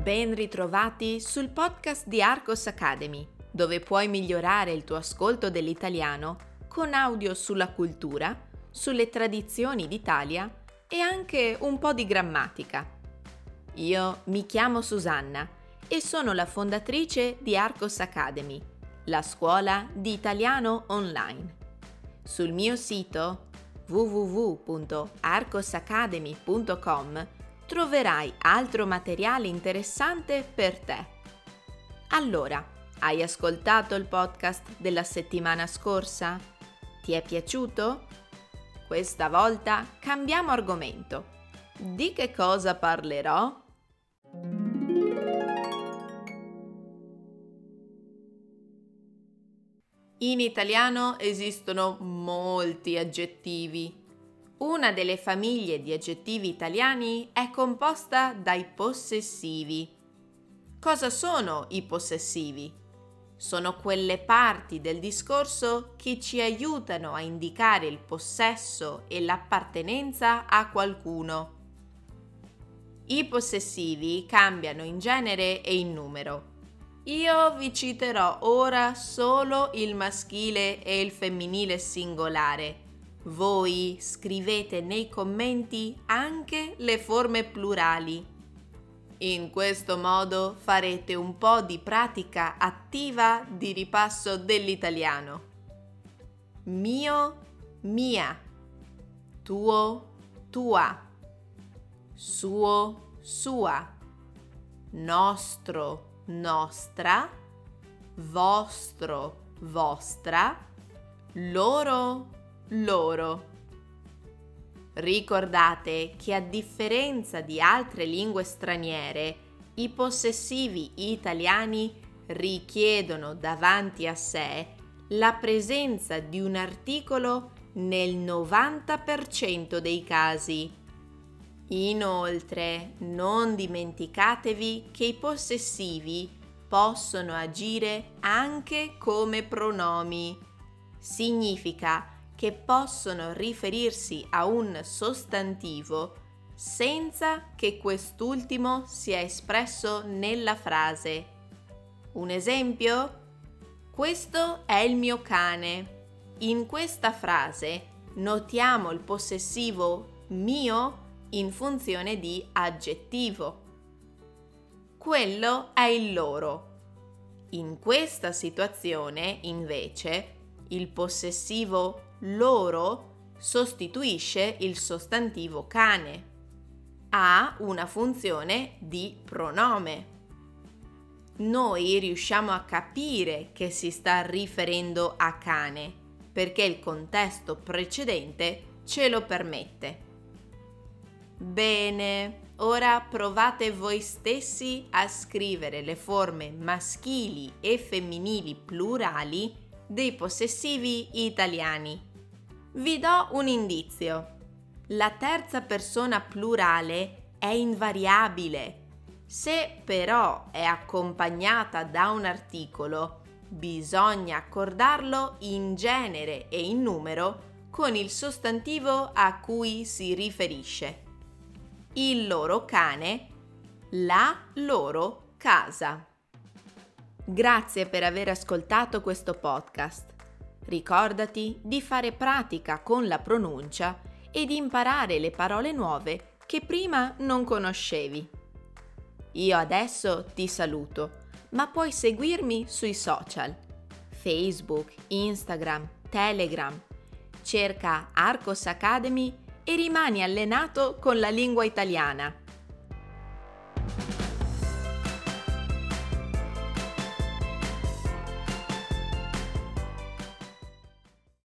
Ben ritrovati sul podcast di Arcos Academy, dove puoi migliorare il tuo ascolto dell'italiano con audio sulla cultura, sulle tradizioni d'Italia e anche un po' di grammatica. Io mi chiamo Susanna e sono la fondatrice di Arcos Academy, la scuola di italiano online. Sul mio sito www.arcosacademy.com troverai altro materiale interessante per te. Allora, hai ascoltato il podcast della settimana scorsa? Ti è piaciuto? Questa volta cambiamo argomento. Di che cosa parlerò? In italiano esistono molti aggettivi. Una delle famiglie di aggettivi italiani è composta dai possessivi. Cosa sono i possessivi? Sono quelle parti del discorso che ci aiutano a indicare il possesso e l'appartenenza a qualcuno. I possessivi cambiano in genere e in numero. Io vi citerò ora solo il maschile e il femminile singolare. Voi scrivete nei commenti anche le forme plurali. In questo modo farete un po' di pratica attiva di ripasso dell'italiano. Mio, mia. Tuo, tua. Suo, sua. Nostro, nostra. Vostro, vostra. Loro, loro. Ricordate che a differenza di altre lingue straniere, i possessivi italiani richiedono davanti a sé la presenza di un articolo nel 90% dei casi. Inoltre, non dimenticatevi che i possessivi possono agire anche come pronomi. Significa che possono riferirsi a un sostantivo senza che quest'ultimo sia espresso nella frase. Un esempio? Questo è il mio cane. In questa frase notiamo il possessivo mio in funzione di aggettivo. Quello è il loro. In questa situazione, invece, il possessivo loro sostituisce il sostantivo cane. Ha una funzione di pronome. Noi riusciamo a capire che si sta riferendo a cane perché il contesto precedente ce lo permette. Bene, ora provate voi stessi a scrivere le forme maschili e femminili plurali dei possessivi italiani. Vi do un indizio. La terza persona plurale è invariabile. Se però è accompagnata da un articolo, bisogna accordarlo in genere e in numero con il sostantivo a cui si riferisce. Il loro cane, la loro casa. Grazie per aver ascoltato questo podcast. Ricordati di fare pratica con la pronuncia e di imparare le parole nuove che prima non conoscevi. Io adesso ti saluto, ma puoi seguirmi sui social: Facebook, Instagram, Telegram. Cerca Arcos Academy e rimani allenato con la lingua italiana.